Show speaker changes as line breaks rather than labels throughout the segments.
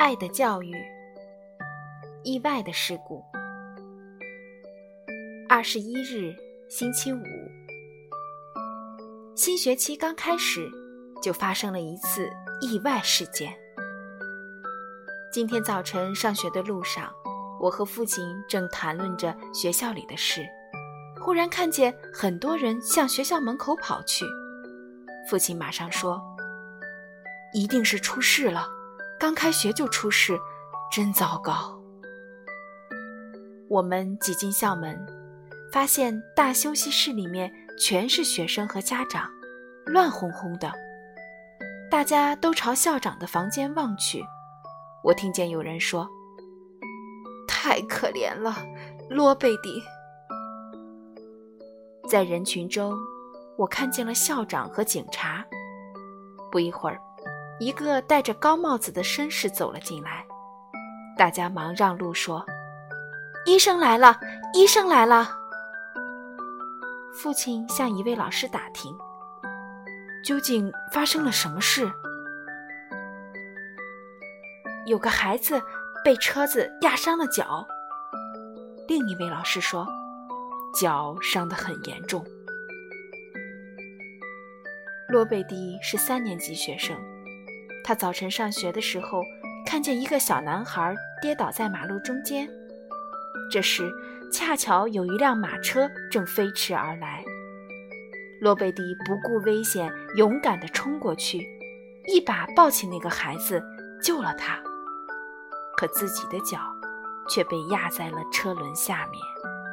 爱的教育，意外的事故。21日，星期五。新学期刚开始，就发生了一次意外事件。今天早晨上学的路上，我和父亲正谈论着学校里的事，忽然看见很多人向学校门口跑去。父亲马上说：“一定是出事了，刚开学就出事，真糟糕。”我们挤进校门，发现大休息室里面全是学生和家长，乱哄哄的，大家都朝校长的房间望去。我听见有人说：“太可怜了，罗贝蒂。”在人群中，我看见了校长和警察。不一会儿，一个戴着高帽子的绅士走了进来，大家忙让路说：“医生来了，医生来了。”父亲向一位老师打听，究竟发生了什么事？有个孩子被车子压伤了脚。另一位老师说，脚伤得很严重。罗贝蒂是3年级学生，他早晨上学的时候，看见一个小男孩跌倒在马路中间。这时恰巧有一辆马车正飞驰而来，罗贝蒂不顾危险，勇敢地冲过去，一把抱起那个孩子，救了他。可自己的脚却被压在了车轮下面。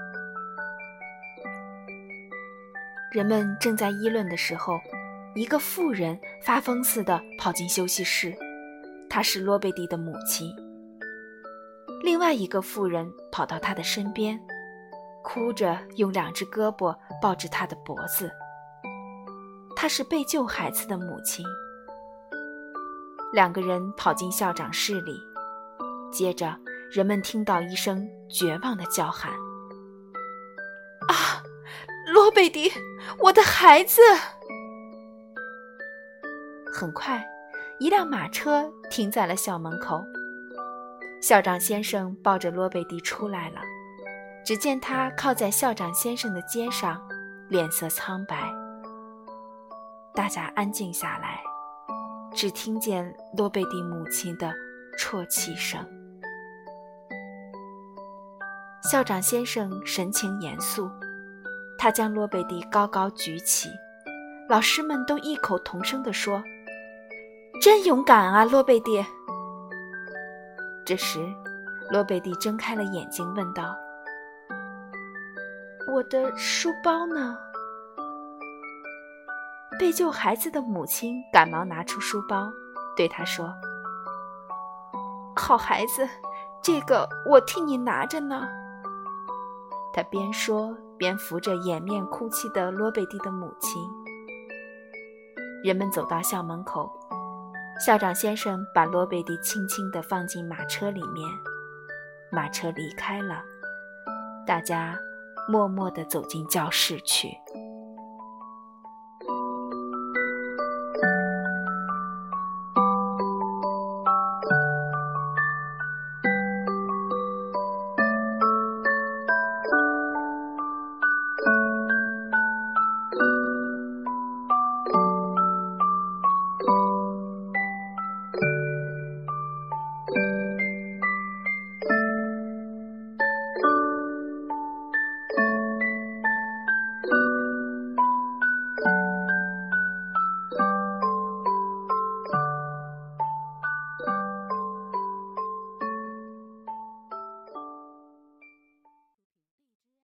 人们正在议论的时候，一个妇人发疯似的跑进休息室，她是罗贝蒂的母亲。另外一个妇人跑到他的身边，哭着用2只胳膊抱着他的脖子。她是被救孩子的母亲。2个人跑进校长室里，接着人们听到一声绝望的叫喊：“啊，罗贝蒂，我的孩子！”很快，一辆马车停在了校门口。校长先生抱着罗贝蒂出来了，只见他靠在校长先生的肩上，脸色苍白。大家安静下来，只听见罗贝蒂母亲的啜泣声。校长先生神情严肃，他将罗贝蒂高高举起，老师们都异口同声地说：“真勇敢啊，罗贝蒂！”这时，罗贝蒂睁开了眼睛，问道：“我的书包呢？”被救孩子的母亲赶忙拿出书包，对他说：“好孩子，这个我替你拿着呢。”他边说边扶着掩面哭泣的罗贝蒂的母亲。人们走到校门口，校长先生把罗贝蒂轻轻地放进马车里面，马车离开了，大家默默地走进教室去。